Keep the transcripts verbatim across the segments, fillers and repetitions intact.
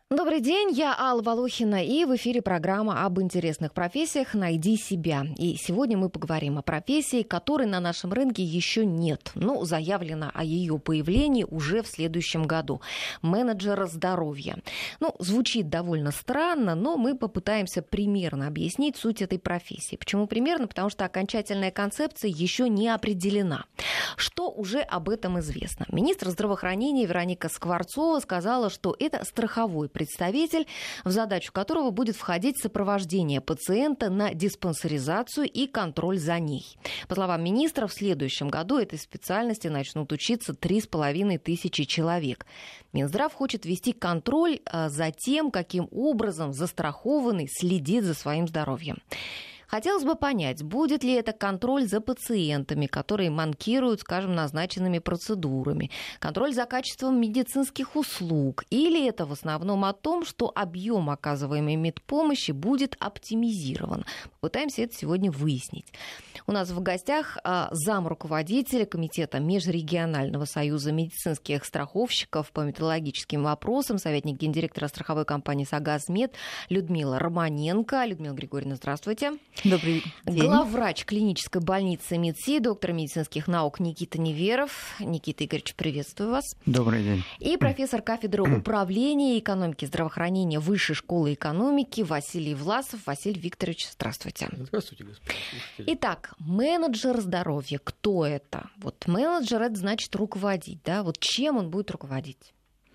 Добрый день, я Алла Волохина, и в эфире программа об интересных профессиях «Найди себя». И сегодня мы поговорим о профессии, которой на нашем рынке еще нет. Ну, заявлено о ее появлении уже в следующем году. Менеджер здоровья. Ну, звучит довольно странно, но мы попытаемся примерно объяснить суть этой профессии. Почему примерно? Потому что окончательная концепция еще не определена. Что уже об этом известно? Министр здравоохранения Вероника Скворцова сказала, что это страховой представитель, в задачу которого будет входить сопровождение пациента на диспансеризацию и контроль за ней. По словам министра, в следующем году этой специальности начнут учиться три с половиной тысячи человек. Минздрав хочет вести контроль за тем, каким образом застрахованный следит за своим здоровьем. Хотелось бы понять, будет ли это контроль за пациентами, которые манкируют, скажем, назначенными процедурами, контроль за качеством медицинских услуг, или это в основном о том, что объем оказываемой медпомощи будет оптимизирован. Попытаемся это сегодня выяснить. У нас в гостях замруководителя Комитета Межрегионального союза медицинских страховщиков по метрологическим вопросам, советник гендиректора страховой компании «Согаз Мед» Людмила Романенко. Людмила Григорьевна, здравствуйте. Добрый день. Главврач клинической больницы МедСи, доктор медицинских наук Никита Неверов. Никита Игоревич, приветствую вас. Добрый день. И профессор кафедры управления и экономики здравоохранения Высшей школы экономики Василий Власов. Василий Викторович, здравствуйте. Здравствуйте, господа. Итак, менеджер здоровья. Кто это? Вот менеджер — это значит руководить, да? Вот чем он будет руководить?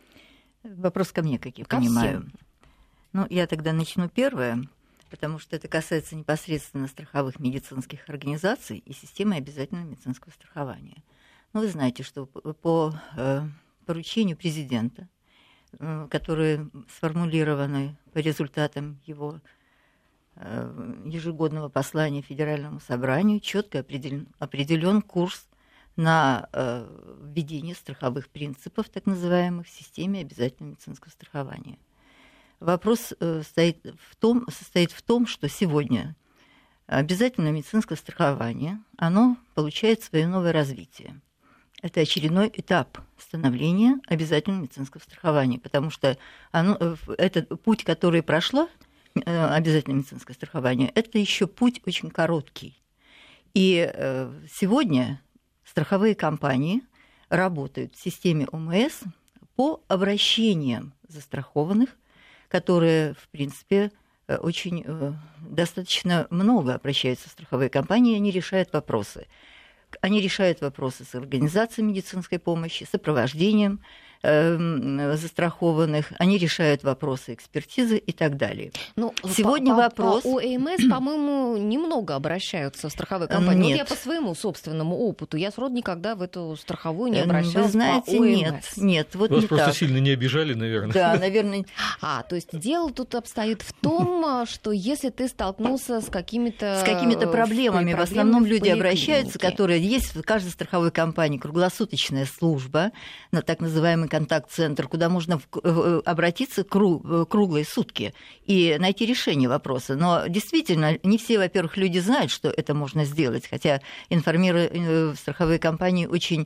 Вопрос ко мне, как я ко понимаю. Всем. Ну, я тогда начну первое, потому что это касается непосредственно страховых медицинских организаций и системы обязательного медицинского страхования. Ну, вы знаете, что по э, поручению президента, э, которые сформулированы по результатам его э, ежегодного послания Федеральному собранию, четко определен, определен курс на э, введение страховых принципов, так называемых, в системе обязательного медицинского страхования. Вопрос стоит в том, состоит в том, что сегодня обязательное медицинское страхование, оно получает свое новое развитие. Это очередной этап становления обязательного медицинского страхования, потому что оно, этот путь, который прошло, обязательное медицинское страхование, это еще путь очень короткий. И сегодня страховые компании работают в системе ОМС по обращениям застрахованных, которые, в принципе, очень достаточно много обращаются в страховые компании, и они решают вопросы. Они решают вопросы с организацией медицинской помощи, сопровождением э, застрахованных, они решают вопросы экспертизы и так далее. Ну, сегодня по, вопрос... По ОМС, по-моему, немного обращаются в страховые компании. Нет. Вот я по своему собственному опыту, я сроду никогда в эту страховую не обращалась. Вы знаете, по ОМС. нет, нет, вот Вас не просто так. сильно не обижали, наверное. Да, наверное. А, то есть дело тут обстоит в том, что если ты столкнулся с какими-то... С какими-то проблемами, в основном люди обращаются, которые есть в каждой страховой компании круглосуточная служба, на так называемый контакт-центр, куда можно обратиться круглые сутки и найти решение вопроса. Но действительно, не все, во-первых, люди знают, что это можно сделать, хотя информируют страховые компании очень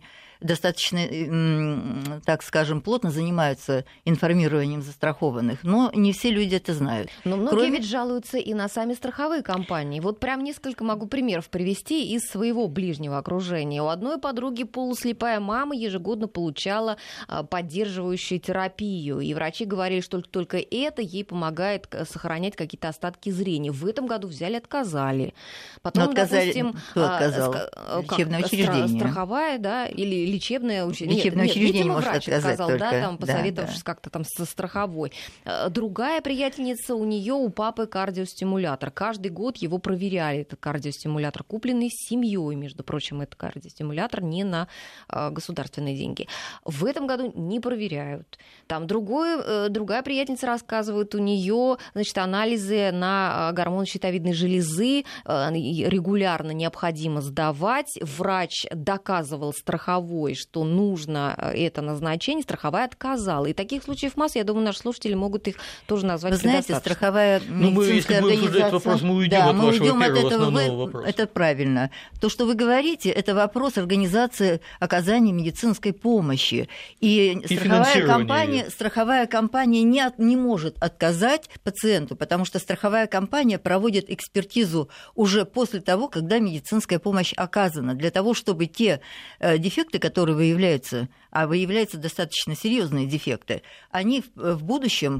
достаточно, так скажем, плотно занимаются информированием застрахованных, но не все люди это знают. Но многие Кроме... ведь жалуются и на сами страховые компании. Вот прям несколько могу примеров привести из своего ближнего окружения. У одной подруги полуслепая мама ежегодно получала поддерживающую терапию, и врачи говорили, что только это ей помогает сохранять какие-то остатки зрения. В этом году взяли, отказали. Потом, но отказали... допустим, кто отказал? Лечебное учреждение. Страховая, да, или лечебное учреждение. Лечебное нет, учреждение видимо, может врач отказать отказал, только. да, там, посоветовавшись да, да. как-то там со страховой. Другая приятельница, у нее у папы кардиостимулятор. Каждый год его проверяли, этот кардиостимулятор, купленный семьей, между прочим, этот кардиостимулятор не на государственные деньги. В этом году не проверяют. Там другой, другая приятельница рассказывает, у нее, значит, анализы на гормон щитовидной железы регулярно необходимо сдавать. Врач доказывал страховой страховой, что нужно это назначение, страховая отказала. И таких случаев масса, я думаю, наши слушатели могут их тоже назвать. Вы знаете, страховая ну, мы, медицинская мы, организация... Этот вопрос, мы уйдем да, от мы вашего уйдем от первого этого. основного Вы... вопроса. Это правильно. То, что вы говорите, это вопрос организации оказания медицинской помощи. И, и страховая компания, страховая компания не, от, не может отказать пациенту, потому что страховая компания проводит экспертизу уже после того, когда медицинская помощь оказана, для того, чтобы те э, дефекты, которые выявляются, а выявляются достаточно серьезные дефекты, они в, в будущем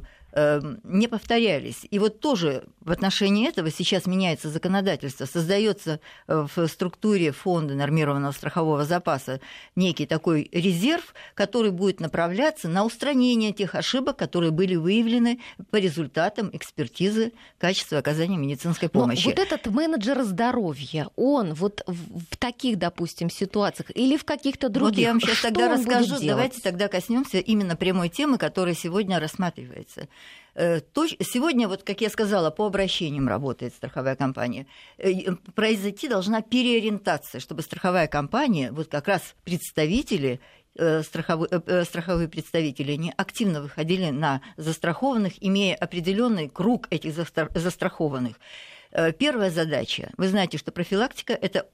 не повторялись. И вот тоже в отношении этого сейчас меняется законодательство, создается в структуре фонда нормированного страхового запаса некий такой резерв, который будет направляться на устранение тех ошибок, которые были выявлены по результатам экспертизы качества оказания медицинской помощи. Но вот этот менеджер здоровья, он вот в таких, допустим, ситуациях или в каких-то других, вот я вам сейчас тогда расскажу. Давайте Давайте тогда коснемся именно прямой темы, которая сегодня рассматривается. Сегодня, вот как я сказала, по обращениям работает страховая компания. Произойти должна переориентация, чтобы страховая компания, вот как раз представители, страховые, страховые представители, не активно выходили на застрахованных, имея определенный круг этих застрахованных. Первая задача. Вы знаете, что профилактика – это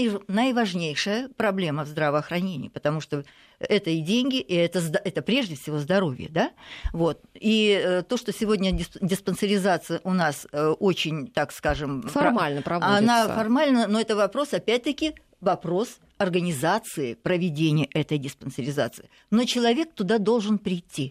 наиважнейшая проблема в здравоохранении, потому что это и деньги, и это, это прежде всего здоровье. Да? Вот. И то, что сегодня диспансеризация у нас очень, так скажем… Формально проводится. Она формально, но это вопрос, опять-таки, вопрос организации проведения этой диспансеризации. Но человек туда должен прийти.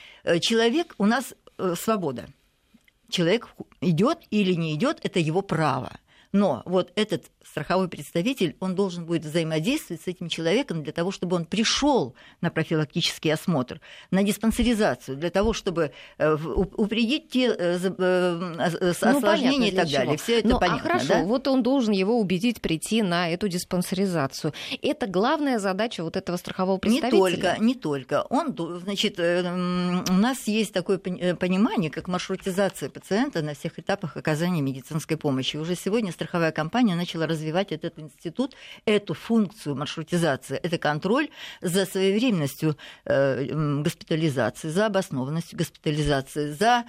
Человек у нас свобода. Человек идет или не идет, это его право. Но вот этот страховой представитель, он должен будет взаимодействовать с этим человеком для того, чтобы он пришел на профилактический осмотр, на диспансеризацию, для того, чтобы упредить те осложнения, ну, и так далее. Все это ну, понятно, а хорошо, да? Вот он должен его убедить прийти на эту диспансеризацию. Это главная задача вот этого страхового представителя? Не только, не только. Он, значит, у нас есть такое понимание, как маршрутизация пациента на всех этапах оказания медицинской помощи. Уже сегодня страховая компания начала развивать этот институт, эту функцию маршрутизации. Это контроль за своевременностью э, госпитализации, за обоснованностью госпитализации, за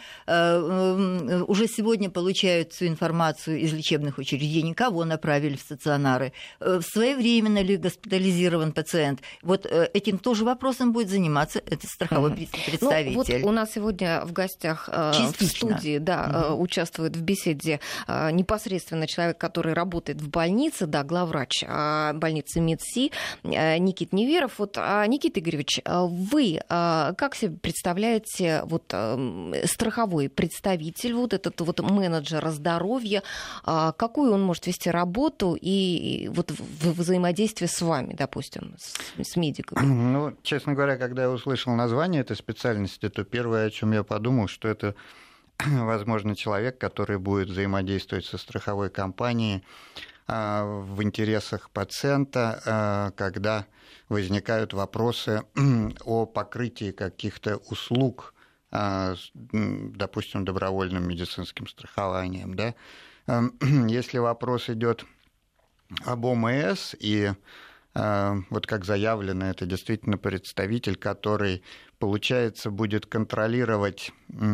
э, уже сегодня получают всю информацию из лечебных учреждений, кого направили в стационары, э, своевременно ли госпитализирован пациент. Вот э, этим тоже вопросом будет заниматься этот страховой mm-hmm. представитель. Ну, вот у нас сегодня в гостях э, в студии да, mm-hmm. участвует в беседе э, непосредственно человек, который работает в больнице, да, главврач больницы МедСи Никит Неверов. Вот, Никита Игоревич, вы как себе представляете вот, страховой представитель, вот этот вот менеджер здоровья, какую он может вести работу и вот в взаимодействии с вами, допустим, с, с медиками? Ну, честно говоря, когда я услышал название этой специальности, то первое, о чем я подумал, что это возможно, человек, который будет взаимодействовать со страховой компанией в интересах пациента, когда возникают вопросы о покрытии каких-то услуг, допустим, добровольным медицинским страхованием. Да? Если вопрос идет об ОМС, и вот как заявлено, это действительно представитель, который, получается, будет контролировать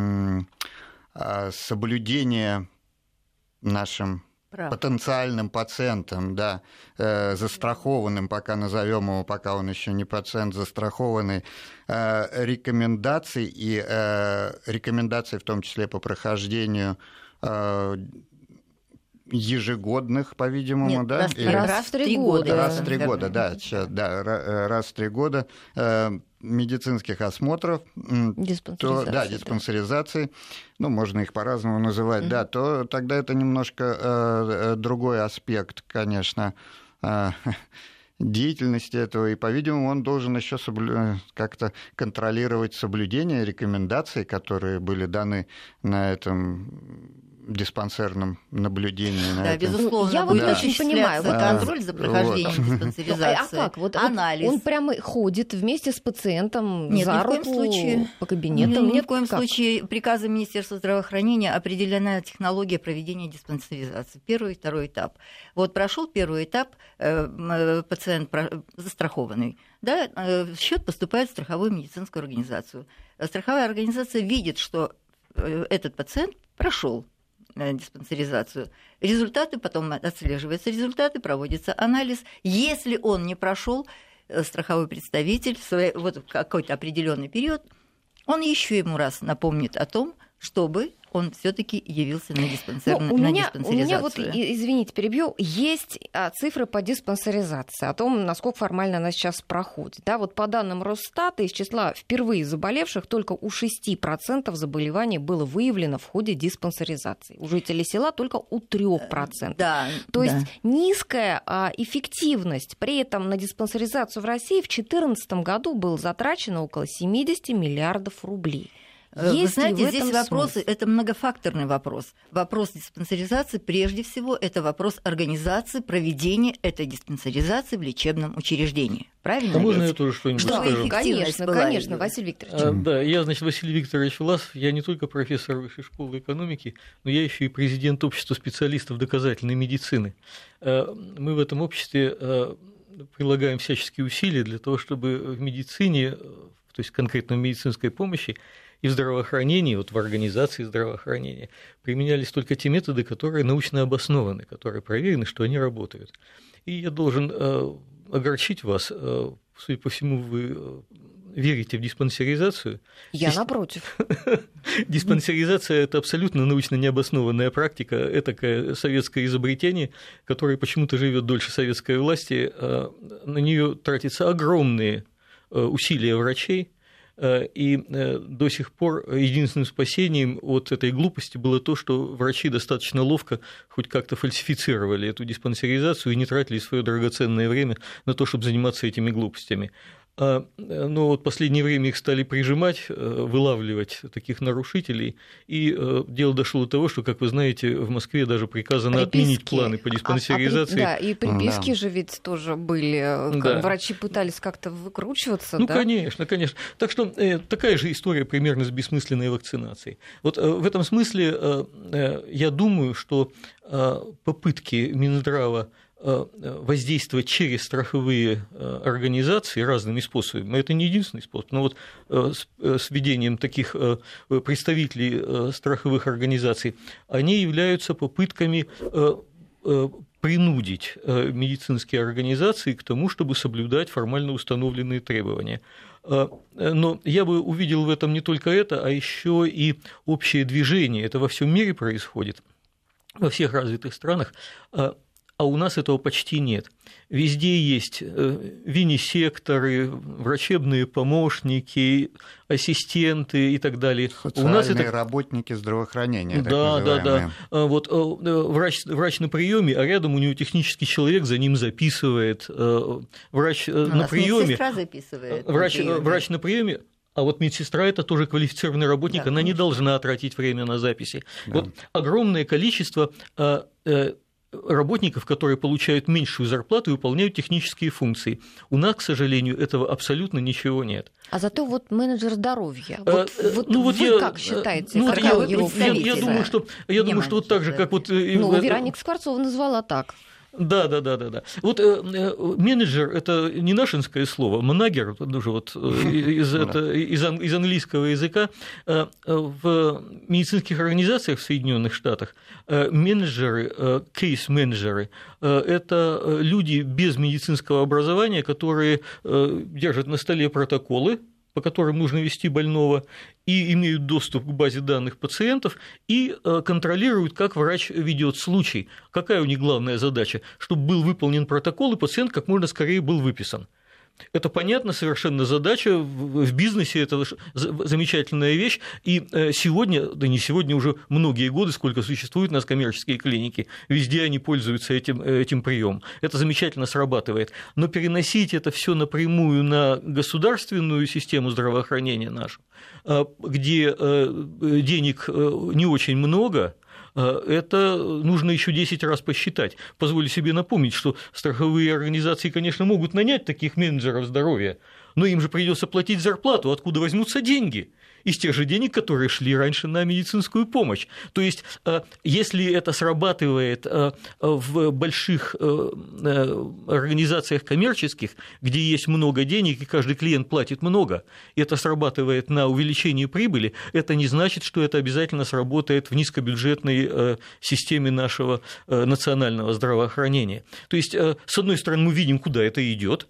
соблюдение нашим Прав. потенциальным пациентам, да, э, застрахованным, пока назовем его, пока он еще не пациент, застрахованный, э, рекомендаций и э, рекомендаций в том числе по прохождению э, ежегодных, по-видимому, Нет, да? Раз, Или... раз в три года. Раз в три года, да, сейчас, да, раз в три года э, медицинских осмотров, то, да, диспансеризации, да. Ну, можно их по-разному называть, mm-hmm. да, то тогда это немножко э, другой аспект, конечно, э, деятельности этого, и, по-видимому, он должен еще соблю... как-то контролировать соблюдение рекомендаций, которые были даны на этом диспансерном наблюдении. Да, этом. безусловно. Я вот не очень понимаю. Контроль за прохождением вот. диспансеризации. А как? Вот, анализ. Вот он прямо ходит вместе с пациентом Нет, за ни в коем руку случае. по кабинетам? Ни, Нет, в коем как? случае приказом Министерства здравоохранения определена технология проведения диспансеризации. Первый и второй этап. Вот прошел первый этап, э, пациент застрахованный. Да, э, счет поступает в страховую медицинскую организацию. Страховая организация видит, что э, этот пациент прошел диспансеризацию. Результаты потом отслеживаются, результаты, проводится анализ. Если он не прошел, страховой представитель в свой, вот в какой-то определенный период, он еще ему раз напомнит о том, чтобы он все-таки явился на, диспансер... ну, у на меня, диспансеризацию. У меня вот, извините, перебью, есть а, цифры по диспансеризации, о том, насколько формально она сейчас проходит. Да, вот по данным Росстата, из числа впервые заболевших только у шести процентов заболеваний было выявлено в ходе диспансеризации. У жителей села только у трёх процентов. Да, То да. есть низкая а, эффективность. При этом на диспансеризацию в России в две тысячи четырнадцатом году было затрачено около семьдесят миллиардов рублей. Вы Есть знаете, ли в здесь этом вопросы, смысл? это многофакторный вопрос. Вопрос диспансеризации, прежде всего, это вопрос организации проведения этой диспансеризации в лечебном учреждении. Правильно? А можно ведь? я тоже что-нибудь Что скажу? Конечно, была конечно, ее? Василий Викторович. А, да, я, значит, Василий Викторович Власов, я не только профессор Высшей школы экономики, но я еще и президент общества специалистов доказательной медицины. Мы в этом обществе прилагаем всяческие усилия для того, чтобы в медицине, то есть конкретно в медицинской помощи, и в здравоохранении, вот в организации здравоохранения, применялись только те методы, которые научно обоснованы, которые проверены, что они работают. И я должен э, огорчить вас, э, судя по всему, вы э, верите в диспансеризацию. Я Дис... напротив. Диспансеризация – это абсолютно научно необоснованная практика, этакое советское изобретение, которое почему-то живет дольше советской власти. На нее тратятся огромные усилия врачей. И до сих пор единственным спасением от этой глупости было то, что врачи достаточно ловко хоть как-то фальсифицировали эту диспансеризацию и не тратили свое драгоценное время на то, чтобы заниматься этими глупостями. Но вот в последнее время их стали прижимать, вылавливать таких нарушителей, и дело дошло до того, что, как вы знаете, в Москве даже приказано приписки. отменить планы по диспансеризации. А, а, да, и приписки да. же ведь тоже были, да. Врачи пытались как-то выкручиваться. Ну, да? конечно, конечно. Так что э, такая же история примерно с бессмысленной вакцинацией. Вот э, в этом смысле э, э, я думаю, что э, попытки Минздрава воздействовать через страховые организации разными способами. Это не единственный способ, но вот с введением таких представителей страховых организаций, они являются попытками принудить медицинские организации к тому, чтобы соблюдать формально установленные требования. Но я бы увидел в этом не только это, а еще и общее движение. Это во всем мире происходит, во всех развитых странах. А у нас этого почти нет. Везде есть винисекторы, врачебные помощники, ассистенты и так далее. Социальные у нас это... работники здравоохранения. Да, да, да. Вот врач, врач на приеме, а рядом у него технический человек за ним записывает. Врач у на приеме. Медсестра записывает. Врач, на врач на приеме. А вот медсестра – это тоже квалифицированный работник, да, она конечно. не должна тратить время на записи. Да. Вот огромное количество работников, которые получают меньшую зарплату и выполняют технические функции. У нас, к сожалению, этого абсолютно ничего нет. А зато вот менеджер здоровья. Вот, а, вот ну, вот вы я, как считаете? Ну, как я, его я, я думаю, что, я думаю, что вот так же, как вот… Ну, Вероника Скворцова назвала так. Да, да, да, да, да. Вот э, менеджер – это не нашинское слово, манагер, тоже вот из, это, из, из английского языка. В медицинских организациях в Соединенных Штатах менеджеры, кейс-менеджеры – это люди без медицинского образования, которые держат на столе протоколы, по которым нужно вести больного, и имеют доступ к базе данных пациентов, и контролируют, как врач ведет случай. Какая у них главная задача? Чтобы был выполнен протокол, и пациент как можно скорее был выписан. Это понятно, совершенно задача, в бизнесе это замечательная вещь, и сегодня, да не сегодня, уже многие годы, сколько существуют у нас коммерческие клиники, везде они пользуются этим, этим приемом. Это замечательно срабатывает, но переносить это все напрямую на государственную систему здравоохранения нашу, где денег не очень много, это нужно еще десять раз посчитать. Позволю себе напомнить, что страховые организации, конечно, могут нанять таких менеджеров здоровья, но им же придется платить зарплату, откуда возьмутся деньги? Из тех же денег, которые шли раньше на медицинскую помощь. То есть, если это срабатывает в больших организациях коммерческих, где есть много денег и каждый клиент платит много, и это срабатывает на увеличение прибыли, это не значит, что это обязательно сработает в низкобюджетной системе нашего национального здравоохранения. То есть, с одной стороны, мы видим, куда это идет.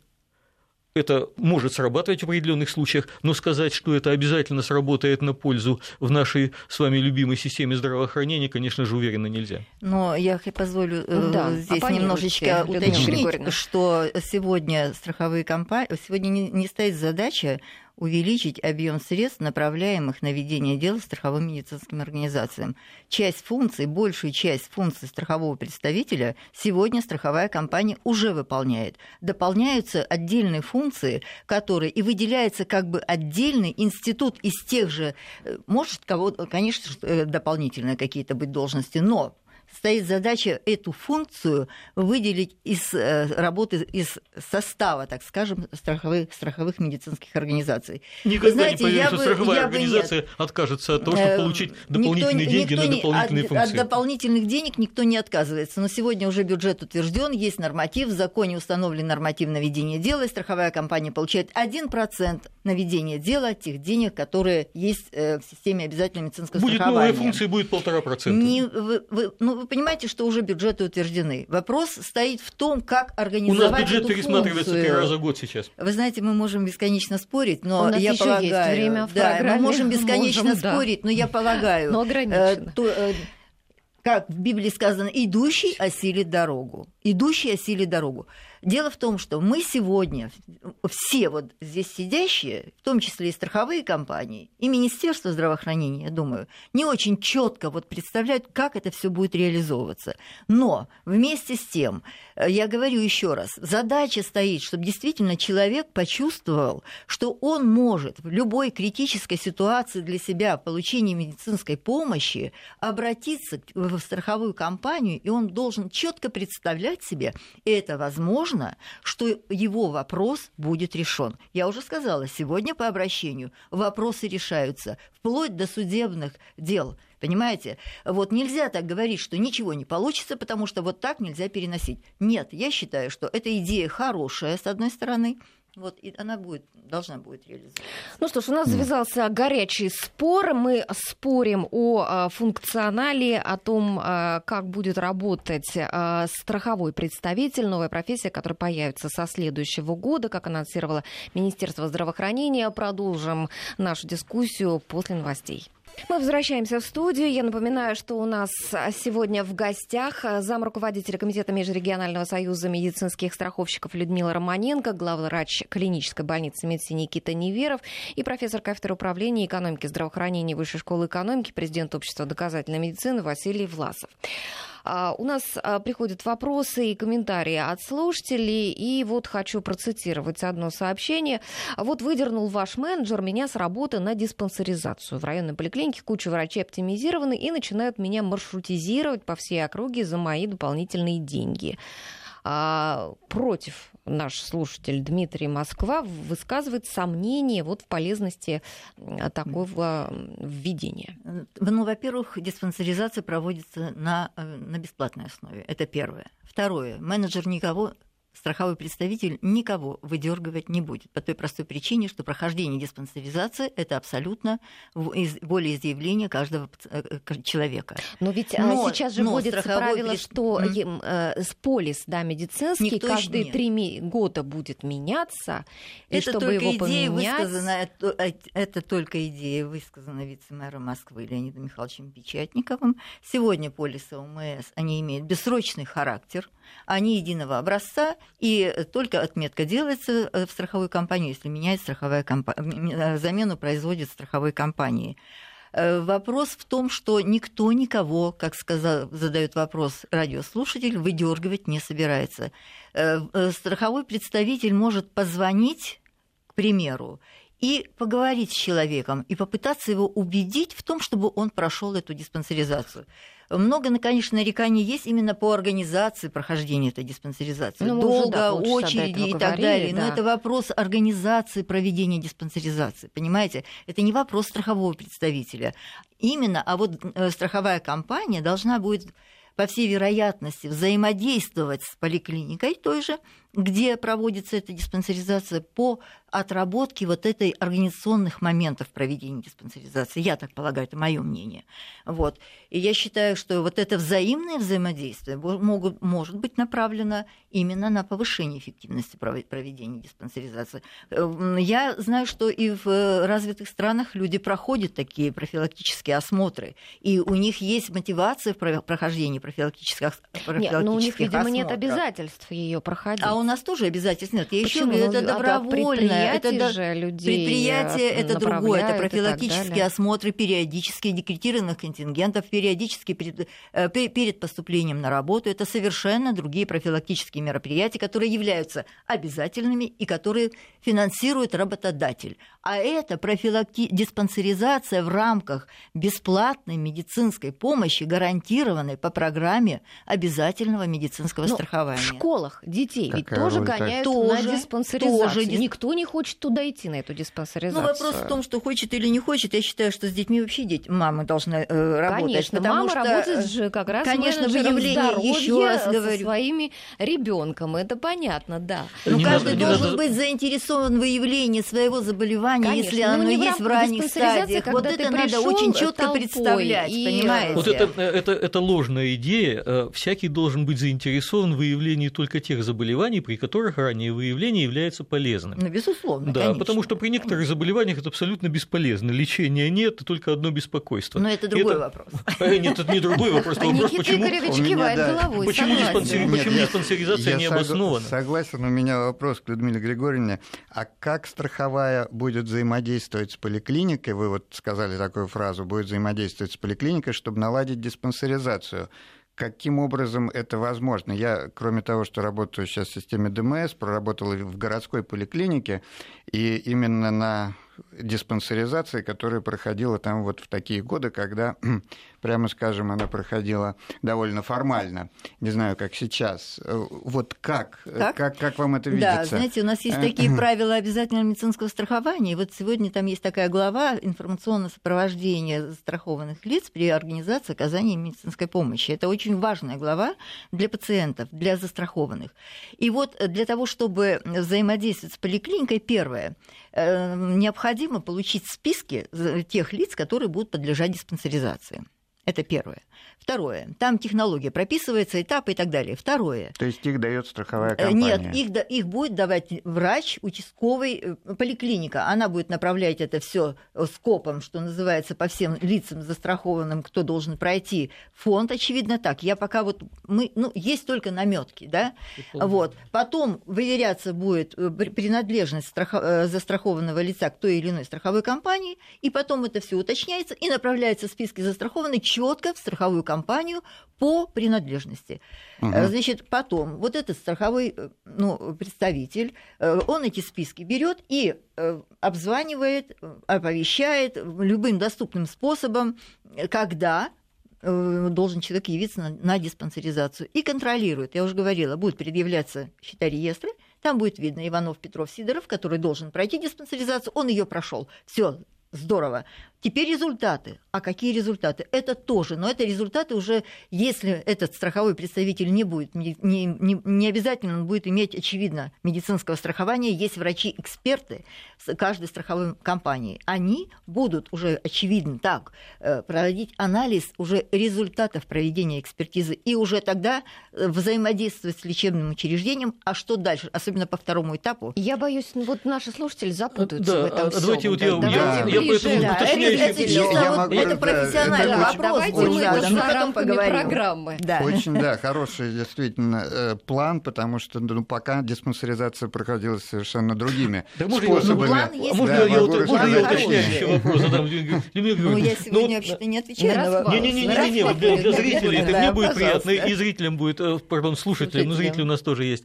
Это может срабатывать в определенных случаях, но сказать, что это обязательно сработает на пользу в нашей с вами любимой системе здравоохранения, конечно же, уверенно нельзя. Но я позволю да, здесь немножечко уточнить, что сегодня страховые компании, сегодня не, не стоит задача увеличить объем средств, направляемых на ведение дела страховым медицинским организациям. Часть функций, большую часть функций страхового представителя сегодня страховая компания уже выполняет. Дополняются отдельные функции, которые и выделяется как бы отдельный институт из тех же, может, кого, конечно, дополнительные какие-то быть должности, но стоит задача эту функцию выделить из работы, из состава, так скажем, страховых, страховых медицинских организаций. Никогда Вы знаете, не поверю, что бы, страховая организация откажется от того, чтобы получить дополнительные никто, деньги никто на дополнительные от, функции. От дополнительных денег никто не отказывается. Но сегодня уже бюджет утвержден, есть норматив, в законе установлен норматив на ведение дела, и страховая компания получает один процент на ведение дела от тех денег, которые есть в системе обязательного медицинского будет страхования. Будет новая функция, будет полтора процента. Не, вы, вы, ну, вы понимаете, что уже бюджеты утверждены. Вопрос стоит в том, как организовать эту функцию. У нас бюджет пересматривается три раза в год сейчас. Вы знаете, мы можем бесконечно спорить, но у нас я еще полагаю... есть время в да, программе. Мы можем бесконечно можем, спорить, да. но я полагаю... Но ограничено. Э, то, э, как в Библии сказано, идущий осилит дорогу. Идущий осилит дорогу. Дело в том, что мы сегодня, все вот здесь сидящие, в том числе и страховые компании, и Министерство здравоохранения, я думаю, не очень четко вот представляют, как это все будет реализовываться. Но вместе с тем, я говорю еще раз, задача стоит, чтобы действительно человек почувствовал, что он может в любой критической ситуации для себя в получении медицинской помощи обратиться в страховую компанию, и он должен четко представлять себе, это возможно, что его вопрос будет решен. Я уже сказала, сегодня по обращению вопросы решаются вплоть до судебных дел. Понимаете? Вот нельзя так говорить, что ничего не получится, потому что вот так нельзя переносить. Нет, я считаю, что эта идея хорошая, с одной стороны, вот, и она будет, должна будет реализоваться. Ну что ж, у нас завязался горячий спор. Мы спорим о функционале, о том, как будет работать страховой представитель, новая профессия, которая появится со следующего года, как анонсировало Министерство здравоохранения. Продолжим нашу дискуссию после новостей. Мы возвращаемся в студию. Я напоминаю, что у нас сегодня в гостях замруководителя Комитета Межрегионального союза медицинских страховщиков Людмила Романенко, главврач клинической больницы медицины Никита Неверов и профессор кафедры управления и экономики здравоохранения Высшей школы экономики, президент Общества доказательной медицины Василий Власов. У нас приходят вопросы и комментарии от слушателей, и вот хочу процитировать одно сообщение. Вот выдернул ваш менеджер меня с работы на диспансеризацию. В районной поликлинике куча врачей оптимизированы и начинают меня маршрутизировать по всей округе за мои дополнительные деньги. А, против наш слушатель Дмитрий Москва высказывает сомнения вот в полезности такого введения. Ну, во-первых, диспансеризация проводится на, на бесплатной основе. Это первое. Второе. Менеджер никого... Страховой представитель никого выдергивать не будет по той простой причине, что прохождение диспансеризации – это абсолютно волеизъявление каждого человека. Но ведь но, сейчас же вводится правило, пред... что mm. э, полис да, медицинский Никто каждые три года будет меняться, и это чтобы его идея поменять… Высказана, это, это только идея, высказана вице-мэром Москвы Леонидом Михайловичем Печатниковым. Сегодня полисы ОМС, они имеют бессрочный характер, они единого образца, и только отметка делается в страховой компании, если меняет страховая компания, замену производит страховой компании. Вопрос в том, что никто никого, как сказал, задает вопрос радиослушатель, выдергивать не собирается. Страховой представитель может позвонить, к примеру, и поговорить с человеком, и попытаться его убедить в том, чтобы он прошел эту диспансеризацию. Много, конечно, нареканий есть именно по организации прохождения этой диспансеризации. Ну, Долго, уже, да, очереди и так далее. Да. Но это вопрос организации проведения диспансеризации. Понимаете? Это не вопрос страхового представителя. Именно, а вот страховая компания должна будет, по всей вероятности, взаимодействовать с поликлиникой той же, где проводится эта диспансеризация, по отработке вот этой организационных моментов проведения диспансеризации. Я так полагаю, это мое мнение. Вот. И я считаю, что вот это взаимное взаимодействие могут, может быть направлено именно на повышение эффективности проведения диспансеризации. Я знаю, что и в развитых странах люди проходят такие профилактические осмотры, и у них есть мотивация в прохождении профилактических, профилактических нет, но у них, видимо, осмотров. Нет обязательств ее проходить. А у нас тоже обязательств нет. Я еще говорю, это добровольно. Это же людей предприятие это другое. Это профилактические осмотры периодически декретированных контингентов, периодически перед, перед поступлением на работу. Это совершенно другие профилактические мероприятия, которые являются обязательными и которые финансирует работодатель. А это профилакти... диспансеризация в рамках бесплатной медицинской помощи, гарантированной по программе обязательного медицинского Но страхования. В школах детей Какая ведь тоже гоняют тоже, на диспансеризацию. Тоже. Никто не хочет туда идти, на эту диспансеризацию. Ну, вопрос в том, что хочет или не хочет. Я считаю, что с детьми вообще дети, мамы должны э, работать. Конечно, мама что, работает же как раз конечно, выявление, еще раз говорю, со своими ребенком. Это понятно, да. Но не каждый надо, должен надо... быть заинтересован в выявлении своего заболевания, конечно, если оно не есть в, в ранних стадиях. Вот это надо очень четко представлять, и... понимаете? Вот это, это, это ложная идея. Всякий должен быть заинтересован в выявлении только тех заболеваний, при которых раннее выявление является полезным. Ну, безусловно, Да, конечно. потому что при некоторых конечно. заболеваниях это абсолютно бесполезно. Лечения нет, только одно беспокойство. Но это другой это... вопрос. Нет, это не другой вопрос. А вопрос, Никита почему... Игоревич кивает головой. Почему, диспансери... Нет, почему нет, диспансеризация не обоснована? Согласен, у меня вопрос к Людмиле Григорьевне. А как страховая будет взаимодействовать с поликлиникой? Вы вот сказали такую фразу, будет взаимодействовать с поликлиникой, чтобы наладить диспансеризацию. Каким образом это возможно? Я, кроме того, что работаю сейчас в системе ДМС, проработал в городской поликлинике, и именно на диспансеризации, которая проходила там вот в такие годы, когда, прямо скажем, она проходила довольно формально. Не знаю, как сейчас. Вот как? Как, как, как вам это видится? Да, знаете, у нас есть такие правила обязательного медицинского страхования. И вот сегодня там есть такая глава информационное сопровождение застрахованных лиц при организации оказания медицинской помощи. Это очень важная глава для пациентов, для застрахованных. И вот для того, чтобы взаимодействовать с поликлиникой, первое, необходимо получить списки тех лиц, которые будут подлежать диспансеризации. Это первое. Второе. Там технология прописывается, этапы и так далее. Второе. То есть их дает страховая компания? Нет, их, их будет давать врач, участковый, поликлиника. Она будет направлять это все скопом, что называется, по всем лицам застрахованным, кто должен пройти. Фонд, очевидно, так. Я пока вот... Мы, ну, есть только намётки, да? Вот. Потом выверяться будет принадлежность страхов... застрахованного лица к той или иной страховой компании, и потом это все уточняется и направляются списки застрахованных четко в страховую компанию по принадлежности. Угу. Значит, потом вот этот страховой ну, представитель, он эти списки берет и обзванивает, оповещает любым доступным способом, когда должен человек явиться на, на диспансеризацию, и контролирует. Я уже говорила, будут предъявляться счета-реестры, там будет видно Иванов, Петров, Сидоров, который должен пройти диспансеризацию, он ее прошел. Все. Здорово. Теперь результаты. А какие результаты? Это тоже. Но это результаты уже, если этот страховой представитель не будет, не, не, не обязательно он будет иметь, очевидно, медицинского страхования. Есть врачи-эксперты каждой страховой компании. Они будут уже, очевидно, так проводить анализ уже результатов проведения экспертизы и уже тогда взаимодействовать с лечебным учреждением. А что дальше? Особенно по второму этапу. Я боюсь, вот наши слушатели запутаются да, в этом а всём. Давайте вот я, да, я, я поэтому да, уточняю это чисто это профессиональный вопрос. Потом поговорим. Очень, да, хороший действительно план, потому что пока диспансеризация проходила совершенно другими способами. Можно я уточняющий вопрос задам? Ну, я сегодня вообще-то не отвечаю на вопрос. Не-не-не, для зрителей, это мне будет приятно, и зрителям будет, пардон, слушателям, но зрители у нас тоже есть.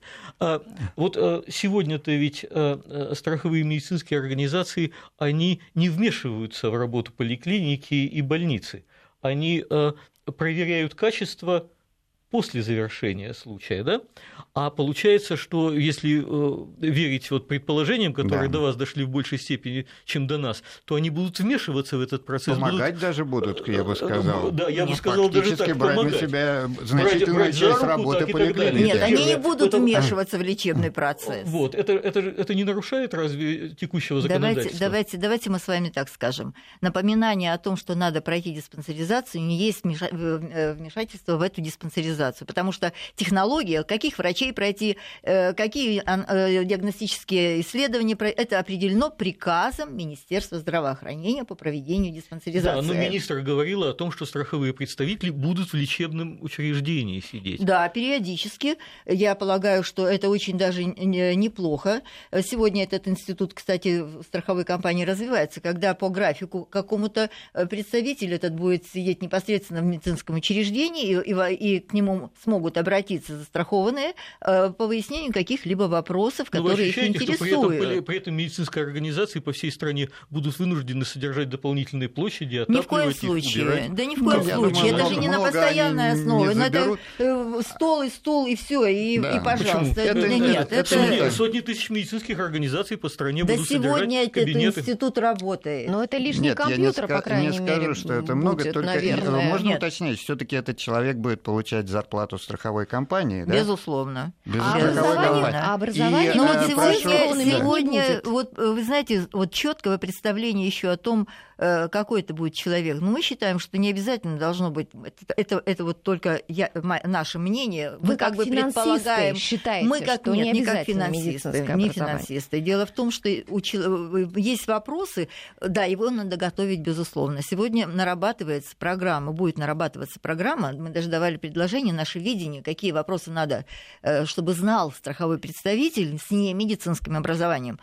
Вот сегодня-то ведь страховые медицинские организации, они не вмешиваются в работу поликлиники и больницы. Они проверяют качество после завершения случая, да? А получается, что если э, верить вот предположениям, которые да. до вас дошли в большей степени, чем до нас, то они будут вмешиваться в этот процесс. Помогать будут... даже будут, я бы сказал. Да, я бы сказал даже так, брать помогать. на себя значительную брать, брать часть руку, работы поликлиники. Нет, они не будут это... вмешиваться в лечебный процесс. Вот, это, это, это не нарушает разве текущего законодательства? Давайте, давайте, давайте мы с вами так скажем. Напоминание о том, что надо пройти диспансеризацию, не есть вмешательство в эту диспансеризацию, потому что технология, каких врачей пройти, какие диагностические исследования, это определено приказом Министерства здравоохранения по проведению диспансеризации. Да, но министр говорила о том, что страховые представители будут в лечебном учреждении сидеть. Да, периодически. Я полагаю, что это очень даже неплохо. Сегодня этот институт, кстати, в страховой компании развивается, когда по графику какому-то представитель этот будет сидеть непосредственно в медицинском учреждении, и, и, и к нему смогут обратиться застрахованные э, по выяснению каких-либо вопросов, которые их интересуют. Что при, этом, при этом медицинские организации по всей стране будут вынуждены содержать дополнительные площади, отапливать их, ни в коем случае. Убирать? Да ни в коем ну, случае. Думаю, это же не на постоянной основе. Но это э, стол и стул, и все, и, да. и пожалуйста. Это, это, нет, это, сотни, это... сотни тысяч медицинских организаций по стране да будут содержать сегодня этот кабинеты. институт работает. Но это лишний Нет, компьютер, я не по крайней не мере, скажу, что это много, будет, только наверное. можно Нет. уточнить, все-таки этот человек будет получать зарплату страховой компании, да? Безусловно. Без а страховой образование, компании. а образование И, Ну э, вот сегодня, прошу- сегодня вот, вы знаете, вот четкого представления еще о том, какой это будет человек. Но мы считаем, что не обязательно должно быть. Это, это, это вот только я, наше мнение. Вы мы как, как бы предполагаем. Считаете, мы как что нет, не не как финансисты. Не финансисты. Дело в том, что учил, есть вопросы, да, его надо готовить, безусловно. Сегодня нарабатывается программа, будет нарабатываться программа. Мы даже давали предложение, наше видение, какие вопросы надо, чтобы знал страховой представитель с немедицинским образованием.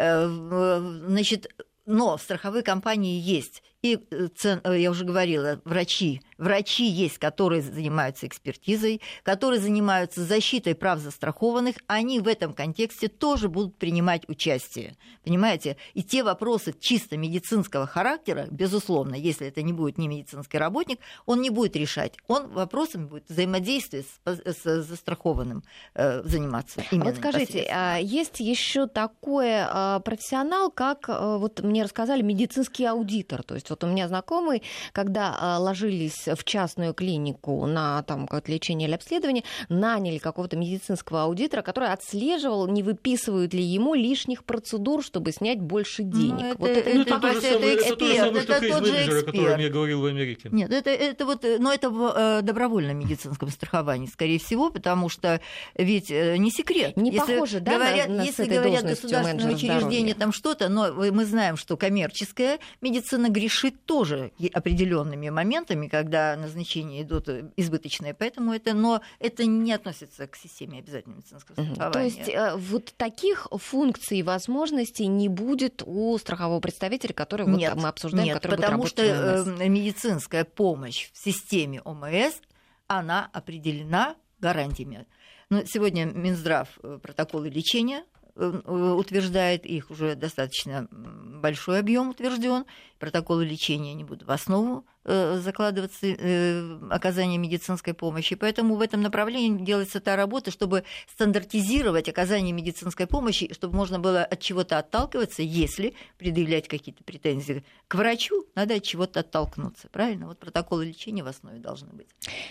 Значит, но в страховой компании есть и, я уже говорила, врачи. Врачи есть, которые занимаются экспертизой, которые занимаются защитой прав застрахованных. Они в этом контексте тоже будут принимать участие. Понимаете? И те вопросы чисто медицинского характера, безусловно, если это не будет не медицинский работник, он не будет решать. Он вопросами будет взаимодействия с, с застрахованным э, заниматься. А вот скажите, есть еще такой профессионал, как, вот мне рассказали, медицинский аудитор. То есть вот у меня знакомый, когда ложились в частную клинику на там, какое-то лечение или обследование, наняли какого-то медицинского аудитора, который отслеживал, не выписывают ли ему лишних процедур, чтобы снять больше денег. Ну, это, вот это, это, это, это, это, это, эксперт, то же самое, что это тот же кейс-менеджер, о котором я эксперт. говорил в Америке. Нет, это, это вот, но это в добровольном медицинском страховании, скорее всего, потому что ведь не секрет. Не если похоже, да, говорят, на, на если с этой говорят должностью государственное менеджера учреждение здоровья? там что-то, но мы знаем, что коммерческая медицина грешит тоже определенными моментами, когда назначения идут избыточные, поэтому это, но это не относится к системе обязательного медицинского страхования. То есть вот таких функций и возможностей не будет у страхового представителя, который вот нет, мы обсуждаем, нет, который потому будет что работать в ОМС. Медицинская помощь в системе ОМС, она определена гарантиями. Но сегодня Минздрав протоколы лечения утверждает, их уже достаточно большой объем утвержден. Протоколы лечения не будут в основу закладываться оказание медицинской помощи. Поэтому в этом направлении делается та работа, чтобы стандартизировать оказание медицинской помощи, чтобы можно было от чего-то отталкиваться, если предъявлять какие-то претензии к врачу, надо от чего-то оттолкнуться. Правильно? Вот протоколы лечения в основе должны быть.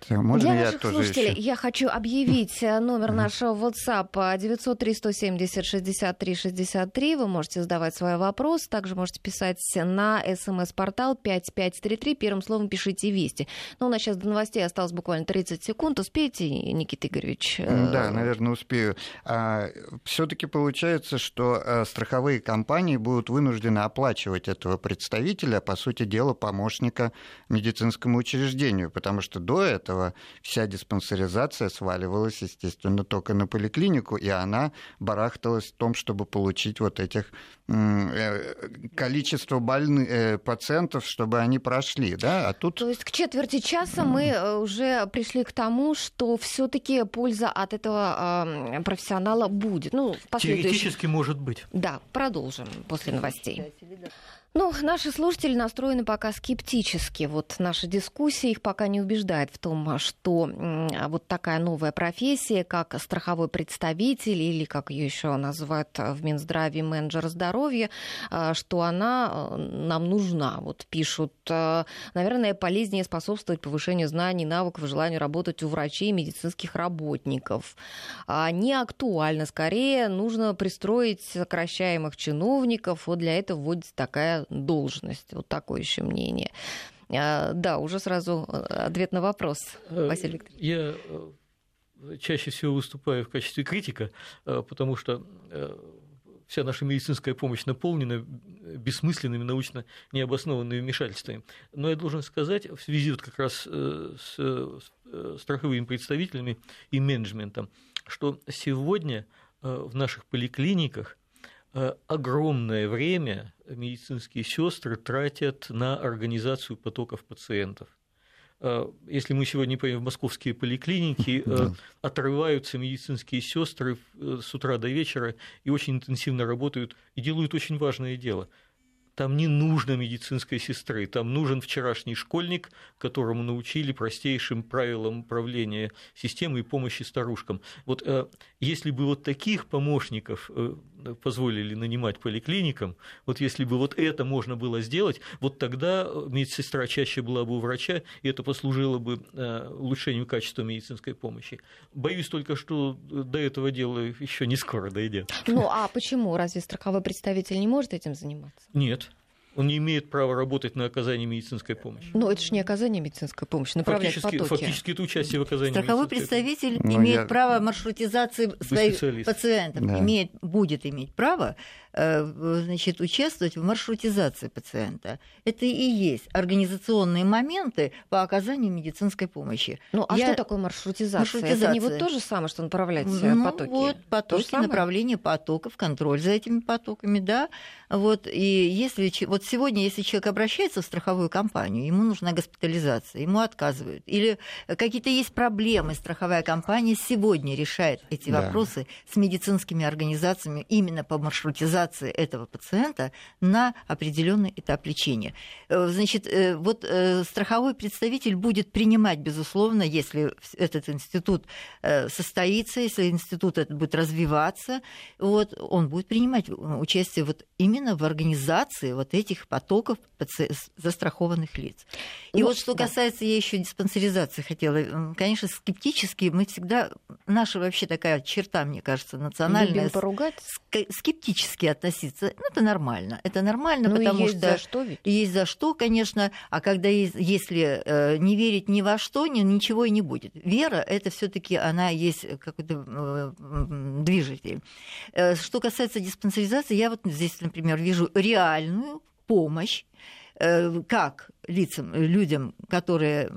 Можно Для я наших тоже слушателей еще? я хочу объявить номер нашего WhatsApp девятьсот три сто семьдесят шестьдесят три шестьдесят три. Вы можете задавать свой вопрос. Также можете писать на смс-портал пять пять три три. Первым словом пишите «Вести». Но у нас сейчас до новостей осталось буквально тридцать секунд. Успеете, Никита Игоревич? Да, наверное, успею. Все-таки получается, что страховые компании будут вынуждены оплачивать этого представителя, по сути дела, помощника медицинскому учреждению, потому что до этого вся диспансеризация сваливалась, естественно, только на поликлинику, и она барахталась в том, чтобы получить вот этих количество больных пациентов, чтобы они прошли, да, а тут... То есть к четверти часа мы уже пришли к тому, что все-таки польза от этого профессионала будет. Ну, последующих... Теоретически может быть. Да, продолжим после новостей. Ну, наши слушатели настроены пока скептически. Вот наша дискуссия их пока не убеждает в том, что вот такая новая профессия, как страховой представитель, или, как ее еще называют в Минздраве, менеджер здоровья, что она нам нужна. Вот пишут, наверное, полезнее способствовать повышению знаний, навыков, желанию работать у врачей и медицинских работников. Не актуально. Скорее, нужно пристроить сокращаемых чиновников. Вот для этого вводится такая должность. Вот такое еще мнение. Да, уже сразу ответ на вопрос, Василий Викторович. Я чаще всего выступаю в качестве критика, потому что вся наша медицинская помощь наполнена бессмысленными, научно необоснованными вмешательствами. Но я должен сказать, в связи вот как раз с страховыми представителями и менеджментом, что сегодня в наших поликлиниках огромное время медицинские сестры тратят на организацию потоков пациентов. Если мы сегодня пойдем в московские поликлиники, да. отрываются медицинские сестры с утра до вечера и очень интенсивно работают и делают очень важное дело. Там не нужно медицинской сестры, там нужен вчерашний школьник, которому научили простейшим правилам управления системой и помощи старушкам. Вот если бы вот таких помощников позволили нанимать поликлиникам, вот если бы вот это можно было сделать, вот тогда медсестра чаще была бы у врача, и это послужило бы улучшению качества медицинской помощи. Боюсь только, что до этого дела еще не скоро дойдет. Ну а почему? Разве страховой представитель не может этим заниматься? Нет. Он не имеет права работать на оказании медицинской помощи. Но это же не оказание медицинской помощи, направлять фактически, потоки. Фактически это участие в оказании Страховой медицинской представитель помощи. имеет я... право маршрутизации своих пациентов, да. имеет, будет иметь право значит, участвовать в маршрутизации пациента. Это и есть организационные моменты по оказанию медицинской помощи. Ну а я... что такое маршрутизация? маршрутизация? Это не вот то же самое, что направлять ну, потоки? Вот потоки, направление потоков, контроль за этими потоками, да. Вот, и если, вот сегодня, если человек обращается в страховую компанию, ему нужна госпитализация, ему отказывают, или какие-то есть проблемы, страховая компания сегодня решает эти да. вопросы с медицинскими организациями именно по маршрутизации этого пациента на определенный этап лечения. Значит, вот страховой представитель будет принимать, безусловно, если этот институт состоится, если институт этот будет развиваться, вот, он будет принимать участие вот именно в организации вот этих потоков застрахованных лиц. И ну, вот что да. касается, я еще диспансеризации хотела, конечно, скептически мы всегда, наша вообще такая черта, мне кажется, национальная. Любим поругать? Скептически относиться, ну, это нормально. Это нормально, ну, потому есть что... за что ведь? Есть за что, конечно, а когда есть, если э, не верить ни во что, ни, ничего и не будет. Вера, это все таки она есть какой-то э, движитель. Э, что касается диспансеризации, я вот здесь, например, вижу реальную помощь э, как лицам, людям, которые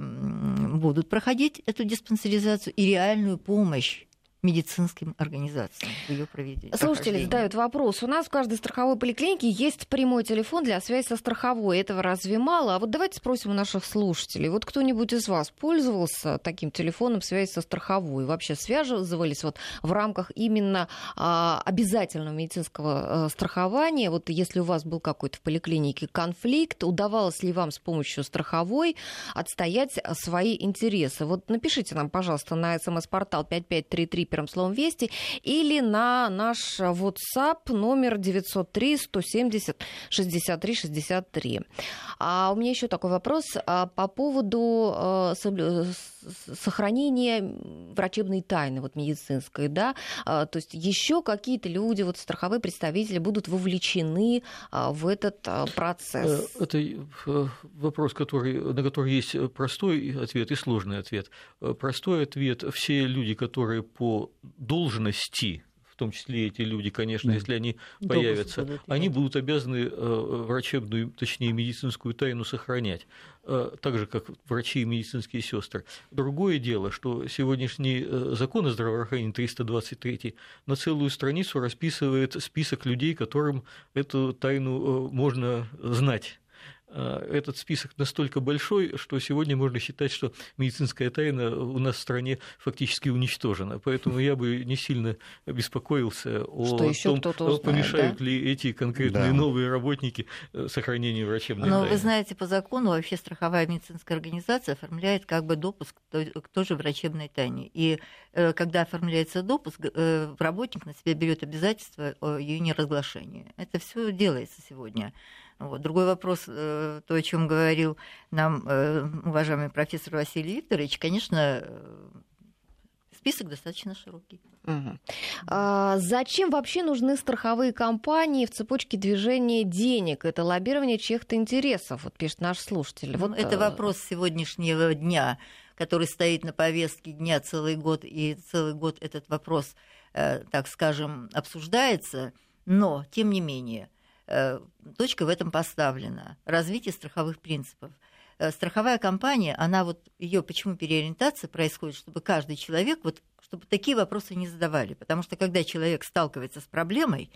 будут проходить эту диспансеризацию, и реальную помощь медицинским организациям в ее проведении. Слушатели задают вопрос. У нас в каждой страховой поликлинике есть прямой телефон для связи со страховой. Этого разве мало? А вот давайте спросим у наших слушателей. Вот кто-нибудь из вас пользовался таким телефоном связи со страховой? Вообще связывались вот в рамках именно а, обязательного медицинского а, страхования? Вот если у вас был какой-то в поликлинике конфликт, удавалось ли вам с помощью страховой отстоять свои интересы? Вот напишите нам, пожалуйста, на смс-портал пять пять три три первым словом «Вести», или на наш WhatsApp номер девятьсот три сто семьдесят шестьдесят три шестьдесят три. А у меня еще такой вопрос по поводу сохранения врачебной тайны вот, медицинской. Да? То есть еще какие-то люди, вот, страховые представители, будут вовлечены в этот процесс? Это вопрос, который, на который есть простой ответ и сложный ответ. Простой ответ – все люди, которые по должности, в том числе эти люди, конечно, если они появятся, будут они будут обязаны врачебную, точнее, медицинскую тайну сохранять, так же, как врачи и медицинские сестры. Другое дело, что сегодняшний закон о здравоохранении триста двадцать три на целую страницу расписывает список людей, которым эту тайну можно знать. Этот список настолько большой, что сегодня можно считать, что медицинская тайна у нас в стране фактически уничтожена. Поэтому я бы не сильно беспокоился о том, узнает, помешают да? ли эти конкретные да. новые работники сохранению врачебной Но тайны. Вы знаете, по закону вообще страховая медицинская организация оформляет как бы допуск к той же врачебной тайне. И когда оформляется допуск, работник на себя берет обязательство о ее неразглашении. Это все делается сегодня. Вот. Другой вопрос, то, о чем говорил нам уважаемый профессор Василий Викторович, конечно, список достаточно широкий. Угу. А зачем вообще нужны страховые компании в цепочке движения денег? Это лоббирование чьих-то интересов, вот пишет наш слушатель. Вот... Это вопрос сегодняшнего дня, который стоит на повестке дня целый год, и целый год этот вопрос, так скажем, обсуждается, но, тем не менее, точка в этом поставлена. Развитие страховых принципов. Страховая компания, она вот ее почему переориентация происходит, чтобы каждый человек, вот, чтобы такие вопросы не задавали. Потому что когда человек сталкивается с проблемой,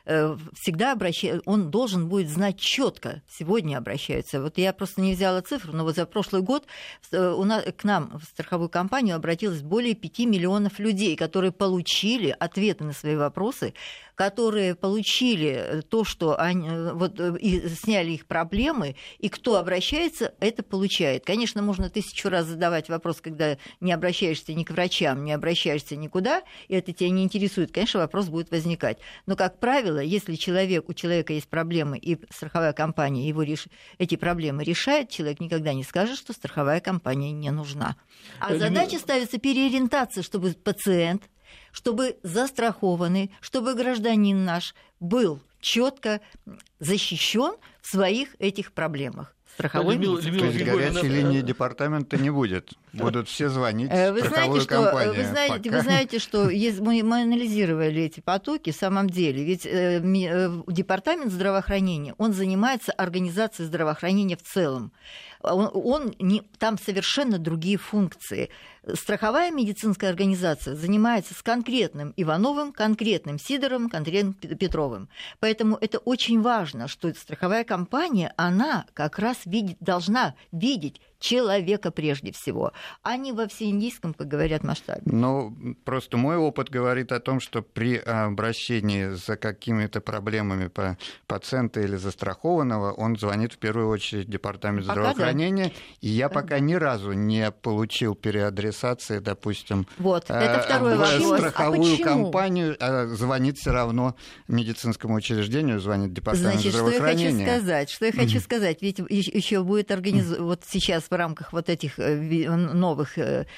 всегда обращается, он должен будет знать четко. Сегодня обращаются. Вот я просто не взяла цифру, но вот за прошлый год у нас, к нам в страховую компанию обратилось более пяти миллионов людей, которые получили ответы на свои вопросы, которые получили то, что они, вот, и сняли их проблемы, и кто обращается, это получает. Конечно, можно тысячу раз задавать вопрос, когда не обращаешься ни к врачам, не обращаешься никуда, и это тебя не интересует, конечно, вопрос будет возникать. Но, как правило, если человек, у человека есть проблемы, и страховая компания его реш... эти проблемы решает, человек никогда не скажет, что страховая компания не нужна. А задача ставится переориентация, чтобы пациент, чтобы застрахованный, чтобы гражданин наш был четко защищен в своих этих проблемах. Страховой Людмила, Людмила, То есть горячей линии департамента не будет. Будут все звонить в вы страховую знаете, что, компанию. Вы знаете, вы знаете, что есть, мы, мы анализировали эти потоки в самом деле. Ведь э, э, департамент здравоохранения, он занимается организацией здравоохранения в целом. Он, он не, там совершенно другие функции. Страховая медицинская организация занимается с конкретным Ивановым, конкретным Сидоровым, конкретным Петровым. Поэтому это очень важно, что страховая компания, она как раз видит, должна видеть человека прежде всего, а не во всеиндийском, как говорят, масштабе. Ну, просто мой опыт говорит о том, что при обращении за какими-то проблемами по пациента или застрахованного, он звонит в первую очередь в департамент пока здравоохранения, да. И я пока, пока ни разу не получил переадресации, допустим, вот, это второй в вопрос. страховую а компанию, а звонит все равно медицинскому учреждению, звонит департамент Значит, здравоохранения. Что я хочу сказать? Что я хочу mm-hmm. сказать? Ведь еще будет организован, вот сейчас в рамках вот этих новых,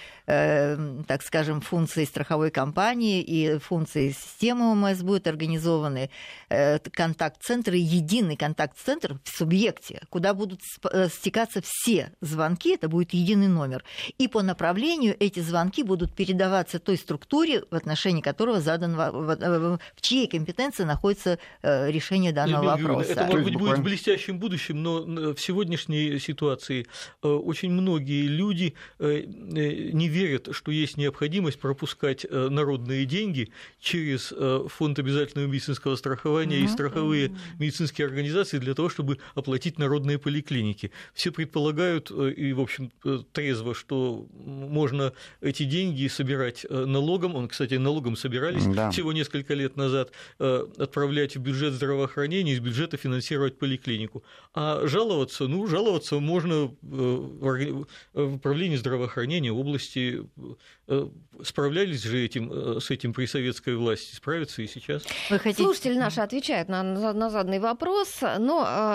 так скажем, функций страховой компании и функций системы ОМС будут организованы контакт-центры, единый контакт-центр в субъекте, куда будут стекаться все звонки, это будет единый номер. И по направлению эти звонки будут передаваться той структуре, в отношении которого задан, в чьей компетенции находится решение данного вопроса. Это, может быть, будет в блестящем будущем, но в сегодняшней ситуации очень многие люди не верят, что есть необходимость пропускать народные деньги через фонд обязательного медицинского страхования mm-hmm. и страховые медицинские организации для того, чтобы оплатить народные поликлиники. Все предполагают, и, в общем, трезво, что можно эти деньги собирать налогом, он, кстати, налогом собирались да. всего несколько лет назад, отправлять в бюджет здравоохранения, из бюджета финансировать поликлинику. А жаловаться, ну, жаловаться можно в управлении здравоохранения области справлялись же этим, с этим при советской власти, справятся и сейчас. Вы хотите... Слушатели наши отвечают на, на заданный вопрос, но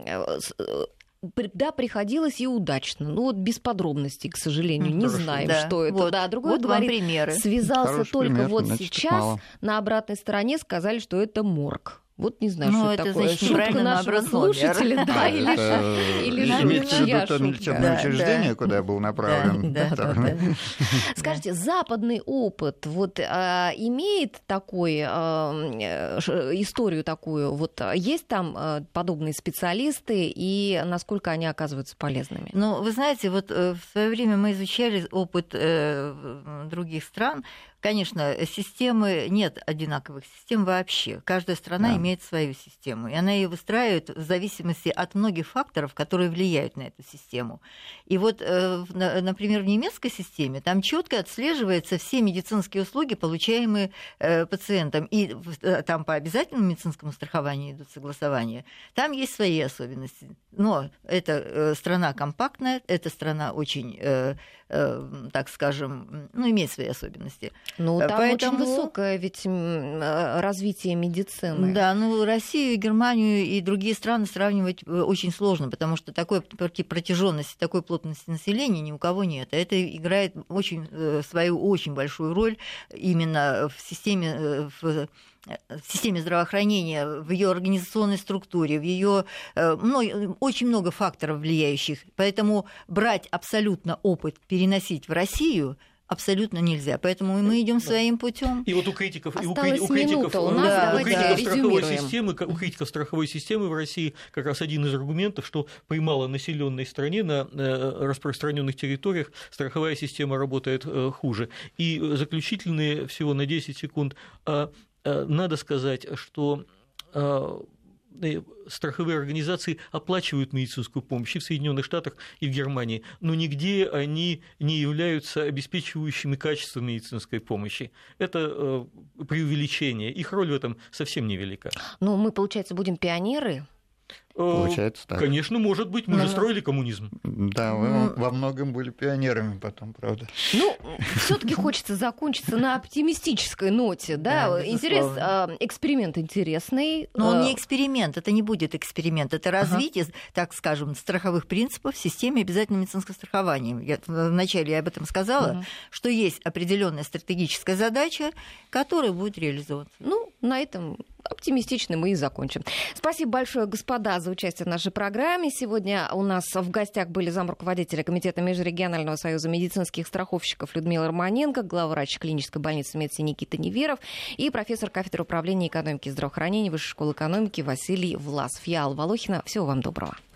да, приходилось и удачно. Ну вот без подробностей, к сожалению, не Хорошо. знаем, да. что это. Вот, да, другой вот говорит, примеры. Связался Хороший только пример, вот значит, сейчас. мало. На обратной стороне сказали, что это морг. Вот не знаю, ну, что это такое. Значит, Шутка нашего слушателя, да, или, или же ничья шутка. Лечебное учреждение, куда я был направлен. Да, да, да. Скажите, западный опыт вот а, имеет такой а, историю такую? Вот есть там а, подобные специалисты и насколько они оказываются полезными? Ну, вы знаете, вот в свое время мы изучали опыт э, других стран. Конечно, системы нет одинаковых систем вообще. Каждая страна да. имеет свою систему, и она ее выстраивает в зависимости от многих факторов, которые влияют на эту систему. И вот, например, в немецкой системе там четко отслеживаются все медицинские услуги, получаемые пациентам, и там по обязательному медицинскому страхованию идут согласования. Там есть свои особенности. Но это страна компактная, эта страна очень, так скажем, ну, имеет свои особенности. Ну, там Поэтому... очень высокое ведь развитие медицины. Да, ну, Россию, Германию и другие страны сравнивать очень сложно, потому что такой протяженности, такой плотности населения ни у кого нет. Это играет очень, свою очень большую роль именно в системе, в в системе здравоохранения, в ее организационной структуре, в ее очень много факторов влияющих. Поэтому брать абсолютно опыт, переносить в Россию абсолютно нельзя. Поэтому мы идем своим путем. И вот у критиков, и у, Осталась у критиков, у нас, да, давайте у критиков страховой резюмируем. системы, у критиков страховой системы в России как раз один из аргументов, что при малонаселенной стране на распространенных территориях страховая система работает хуже. И заключительные всего на десять секунд. Надо сказать, что страховые организации оплачивают медицинскую помощь и в Соединенных Штатах, и в Германии, но нигде они не являются обеспечивающими качество медицинской помощи. Это преувеличение. Их роль в этом совсем невелика. Ну, мы, получается, будем пионеры. Получается так. Конечно, может быть. Мы Но... же строили коммунизм. Да, вы mm. во многом были пионерами потом, правда. Ну, все-таки хочется закончиться на оптимистической ноте, да? да Интерес, эксперимент интересный. Но он не эксперимент, это не будет эксперимент. Это развитие, ага. так скажем, страховых принципов в системе обязательного медицинского страхования. Я, вначале я об этом сказала, ага. что есть определенная стратегическая задача, которая будет реализовываться. Ну, на этом оптимистично мы и закончим. Спасибо большое, господа, за участие в нашей программе. Сегодня у нас в гостях были замруководителя Комитета Межрегионального союза медицинских страховщиков Людмила Романенко, главврач клинической больницы Медси Никита Неверов и профессор кафедры управления экономики и здравоохранения Высшей школы экономики Василий Власов. Я Алла Волохина. Всего вам доброго.